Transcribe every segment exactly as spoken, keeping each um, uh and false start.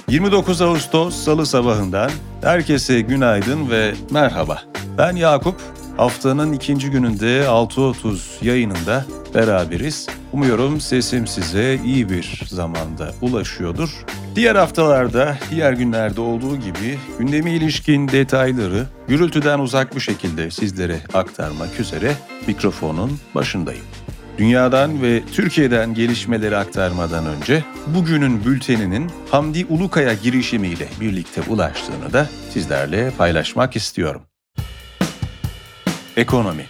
yirmi dokuz Ağustos Salı sabahından herkese günaydın ve merhaba. Ben Yakup. Haftanın ikinci gününde altı otuz yayınında beraberiz. Umuyorum sesim size iyi bir zamanda ulaşıyordur. Diğer haftalarda, diğer günlerde olduğu gibi gündeme ilişkin detayları gürültüden uzak bir şekilde sizlere aktarmak üzere mikrofonun başındayım. Dünyadan ve Türkiye'den gelişmeleri aktarmadan önce bugünün bülteninin Hamdi Ulukaya girişimiyle birlikte ulaştığını da sizlerle paylaşmak istiyorum. Ekonomi.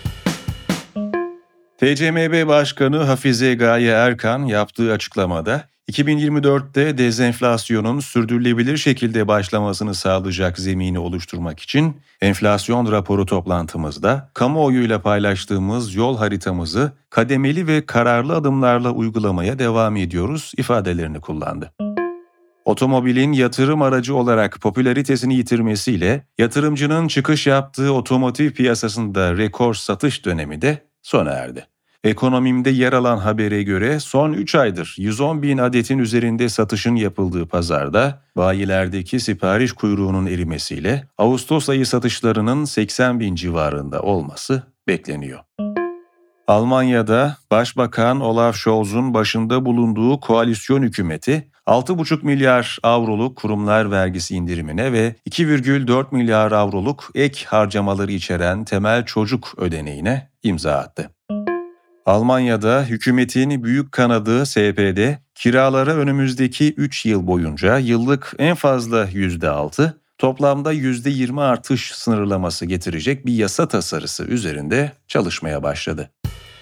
T C M B Başkanı Hafize Gaye Erkan yaptığı açıklamada iki bin yirmi dörtte dezenflasyonun sürdürülebilir şekilde başlamasını sağlayacak zemini oluşturmak için enflasyon raporu toplantımızda kamuoyuyla paylaştığımız yol haritamızı kademeli ve kararlı adımlarla uygulamaya devam ediyoruz ifadelerini kullandı. Otomobilin yatırım aracı olarak popülaritesini yitirmesiyle yatırımcının çıkış yaptığı otomotiv piyasasında rekor satış dönemi de sona erdi. Ekonomimde yer alan habere göre son üç aydır yüz on bin adetin üzerinde satışın yapıldığı pazarda bayilerdeki sipariş kuyruğunun erimesiyle Ağustos ayı satışlarının seksen bin civarında olması bekleniyor. Almanya'da Başbakan Olaf Scholz'un başında bulunduğu koalisyon hükümeti altı buçuk milyar avroluk kurumlar vergisi indirimine ve iki virgül dört milyar avroluk ek harcamaları içeren temel çocuk ödeneğine imza attı. Almanya'da hükümetin büyük kanadı S P D, kiralara önümüzdeki üç yıl boyunca yıllık en fazla yüzde altı, toplamda yüzde yirmi artış sınırlaması getirecek bir yasa tasarısı üzerinde çalışmaya başladı.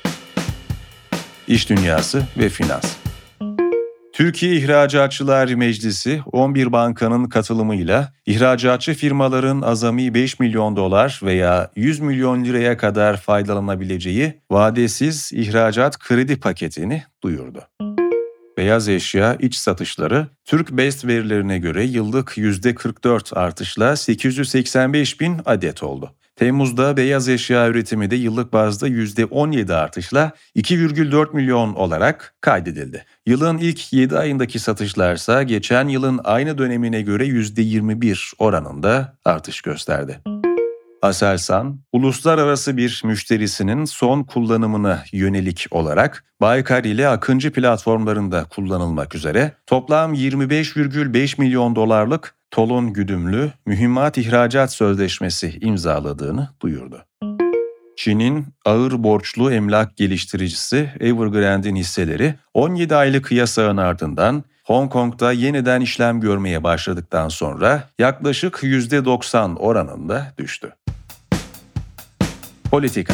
İş dünyası ve finans. Türkiye İhracatçılar Meclisi on bir bankanın katılımıyla ihracatçı firmaların azami beş milyon dolar veya yüz milyon liraya kadar faydalanabileceği vadesiz ihracat kredi paketini duyurdu. Beyaz eşya iç satışları Türk Best verilerine göre yıllık yüzde kırk dört artışla sekiz yüz seksen beş bin adet oldu. Temmuz'da beyaz eşya üretimi de yıllık bazda yüzde on yedi artışla iki virgül dört milyon olarak kaydedildi. Yılın ilk yedi ayındaki satışlarsa geçen yılın aynı dönemine göre yüzde yirmi bir oranında artış gösterdi. Aselsan, uluslararası bir müşterisinin son kullanımına yönelik olarak Baykar ile Akıncı platformlarında kullanılmak üzere toplam yirmi beş virgül beş milyon dolarlık Tolun Güdümlü mühimmat ihracat sözleşmesi imzaladığını duyurdu. Çin'in ağır borçlu emlak geliştiricisi Evergrande'in hisseleri on yedi aylık yasağın ardından Hong Kong'da yeniden işlem görmeye başladıktan sonra yaklaşık yüzde doksan oranında düştü. Politika.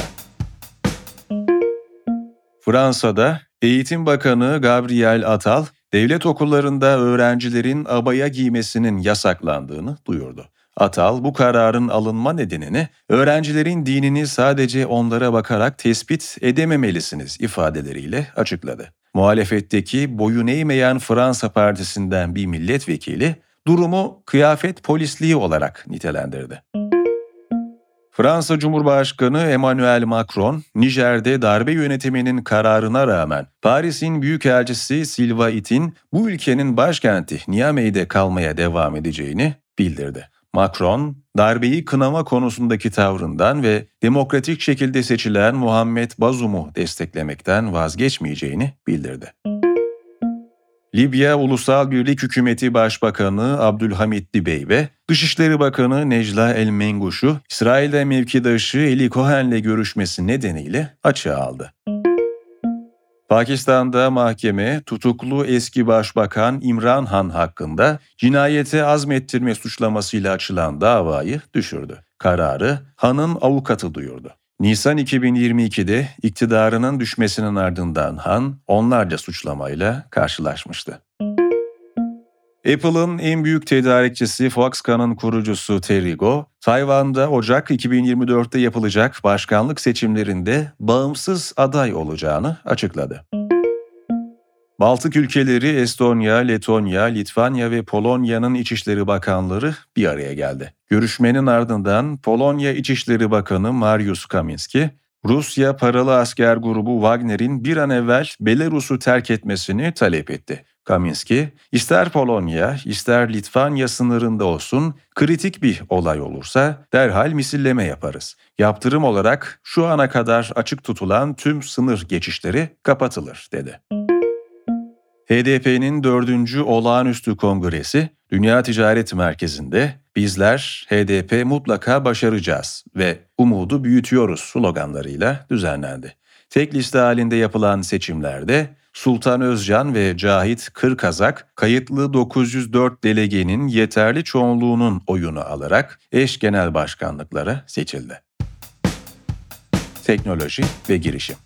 Fransa'da Eğitim Bakanı Gabriel Attal, devlet okullarında öğrencilerin abaya giymesinin yasaklandığını duyurdu. Attal bu kararın alınma nedenini öğrencilerin dinini sadece onlara bakarak tespit edememelisiniz ifadeleriyle açıkladı. Muhalefetteki boyun eğmeyen Fransa Partisi'nden bir milletvekili durumu kıyafet polisliği olarak nitelendirdi. Fransa Cumhurbaşkanı Emmanuel Macron, Nijer'de darbe yönetiminin kararına rağmen Paris'in büyükelçisi Sylvain It'in bu ülkenin başkenti Niamey'de kalmaya devam edeceğini bildirdi. Macron, darbeyi kınama konusundaki tavrından ve demokratik şekilde seçilen Muhammed Bazoum'u desteklemekten vazgeçmeyeceğini bildirdi. Libya Ulusal Birlik Hükümeti Başbakanı Abdülhamit Dibey ve Dışişleri Bakanı Necla El-Menguş'u İsrail'de mevkidaşı Eli Cohen'le görüşmesi nedeniyle açığa aldı. Pakistan'da mahkeme tutuklu eski başbakan İmran Han hakkında cinayete azmettirme suçlamasıyla açılan davayı düşürdü. Kararı Han'ın avukatı duyurdu. Nisan iki bin yirmi ikide iktidarının düşmesinin ardından Han onlarca suçlamayla karşılaşmıştı. Apple'ın en büyük tedarikçisi Foxconn'un kurucusu Terry Gou, Tayvan'da Ocak iki bin yirmi dörtte yapılacak başkanlık seçimlerinde bağımsız aday olacağını açıkladı. Baltık ülkeleri Estonya, Letonya, Litvanya ve Polonya'nın İçişleri Bakanları bir araya geldi. Görüşmenin ardından Polonya İçişleri Bakanı Mariusz Kaminski, Rusya paralı asker grubu Wagner'in bir an evvel Belarus'u terk etmesini talep etti. Kaminski, ister Polonya, ister Litvanya sınırında olsun, kritik bir olay olursa derhal misilleme yaparız. Yaptırım olarak şu ana kadar açık tutulan tüm sınır geçişleri kapatılır, dedi. H D P'nin dördüncü Olağanüstü Kongresi, Dünya Ticaret Merkezi'nde "Bizler H D P mutlaka başaracağız ve umudu büyütüyoruz" sloganlarıyla düzenlendi. Tek liste halinde yapılan seçimlerde Sultan Özcan ve Cahit Kırkazak, kayıtlı dokuz yüz dört delegenin yeterli çoğunluğunun oyunu alarak eş genel başkanlıklara seçildi. Teknoloji ve girişim.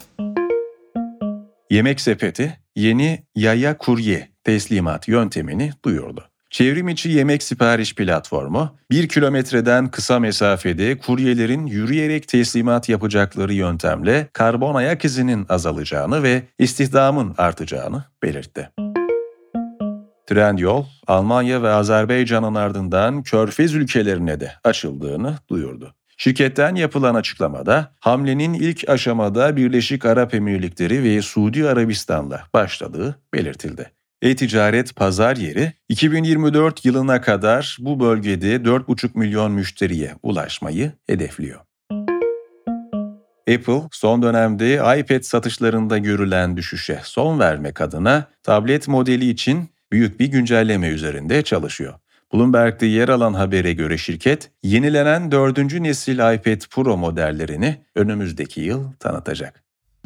Yemek Sepeti, yeni yaya kurye teslimat yöntemini duyurdu. Çevrim içi yemek sipariş platformu, bir kilometreden kısa mesafede kuryelerin yürüyerek teslimat yapacakları yöntemle karbon ayak izinin azalacağını ve istihdamın artacağını belirtti. Trendyol, Almanya ve Azerbaycan'ın ardından Körfez ülkelerine de açıldığını duyurdu. Şirketten yapılan açıklamada, hamlenin ilk aşamada Birleşik Arap Emirlikleri ve Suudi Arabistan'la başladığı belirtildi. E-ticaret pazar yeri, iki bin yirmi dört yılına kadar bu bölgede dört buçuk milyon müşteriye ulaşmayı hedefliyor. Apple, son dönemde iPad satışlarında görülen düşüşe son vermek adına tablet modeli için büyük bir güncelleme üzerinde çalışıyor. Bloomberg'de yer alan habere göre şirket, yenilenen dördüncü nesil iPad Pro modellerini önümüzdeki yıl tanıtacak.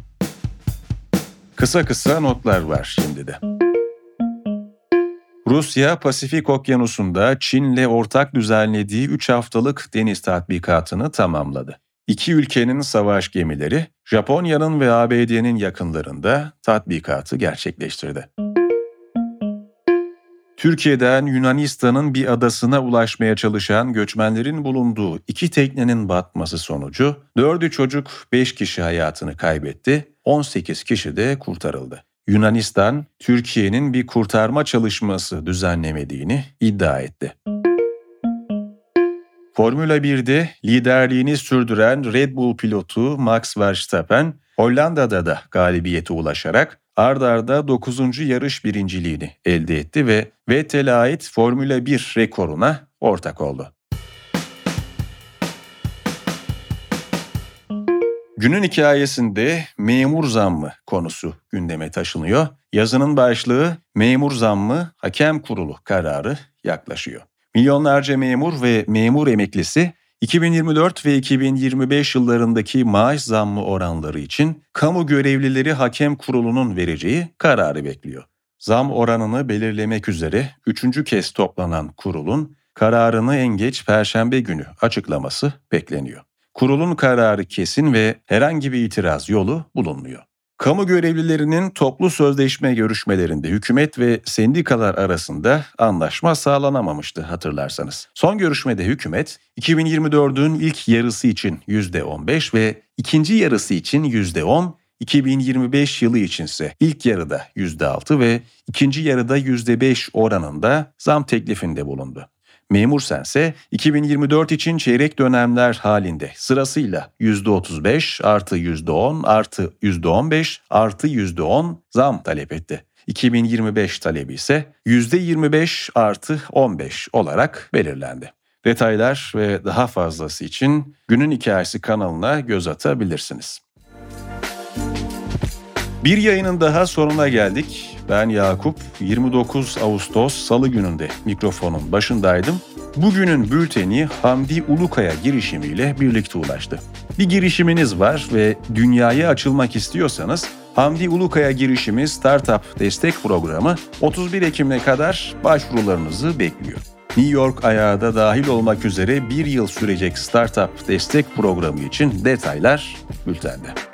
Kısa kısa notlar var şimdi de. Rusya, Pasifik Okyanusu'nda Çin'le ortak düzenlediği üç haftalık deniz tatbikatını tamamladı. İki ülkenin savaş gemileri, Japonya'nın ve A B D'nin yakınlarında tatbikatı gerçekleştirdi. Türkiye'den Yunanistan'ın bir adasına ulaşmaya çalışan göçmenlerin bulunduğu iki teknenin batması sonucu dördü çocuk, beş kişi hayatını kaybetti, on sekiz kişi de kurtarıldı. Yunanistan, Türkiye'nin bir kurtarma çalışması düzenlemediğini iddia etti. Formula birde liderliğini sürdüren Red Bull pilotu Max Verstappen, Hollanda'da da galibiyete ulaşarak ard arda dokuzuncu yarış birinciliğini elde etti ve Vettel'e ait Formula bir rekoruna ortak oldu. Günün hikayesinde memur zammı konusu gündeme taşınıyor. Yazının başlığı "Memur zammı, hakem kurulu kararı yaklaşıyor." Milyonlarca memur ve memur emeklisi iki bin yirmi dört ve iki bin yirmi beş yıllarındaki maaş zammı oranları için kamu görevlileri hakem kurulunun vereceği kararı bekliyor. Zam oranını belirlemek üzere üçüncü kez toplanan kurulun kararını en geç Perşembe günü açıklaması bekleniyor. Kurulun kararı kesin ve herhangi bir itiraz yolu bulunmuyor. Kamu görevlilerinin toplu sözleşme görüşmelerinde hükümet ve sendikalar arasında anlaşma sağlanamamıştı hatırlarsanız. Son görüşmede hükümet iki bin yirmi dördün ilk yarısı için yüzde on beş ve ikinci yarısı için yüzde on, iki bin yirmi beş yılı içinse ilk yarıda yüzde altı ve ikinci yarıda yüzde beş oranında zam teklifinde bulundu. Memur Sense iki bin yirmi dört için çeyrek dönemler halinde sırasıyla yüzde otuz beş artı yüzde on artı yüzde on beş artı yüzde on zam talep etti. iki bin yirmi beş talebi ise yüzde yirmi beş artı on beş olarak belirlendi. Detaylar ve daha fazlası için Günün Hikayesi kanalına göz atabilirsiniz. Bir yayının daha sonuna geldik. Ben Yakup, yirmi dokuz Ağustos Salı gününde mikrofonun başındaydım. Bugünün bülteni Hamdi Ulukaya girişimiyle birlikte ulaştı. Bir girişiminiz var ve dünyaya açılmak istiyorsanız Hamdi Ulukaya girişimi Startup Destek Programı otuz bir Ekim'e kadar başvurularınızı bekliyor. New York ayağı da dahil olmak üzere bir yıl sürecek Startup Destek Programı için detaylar bültende.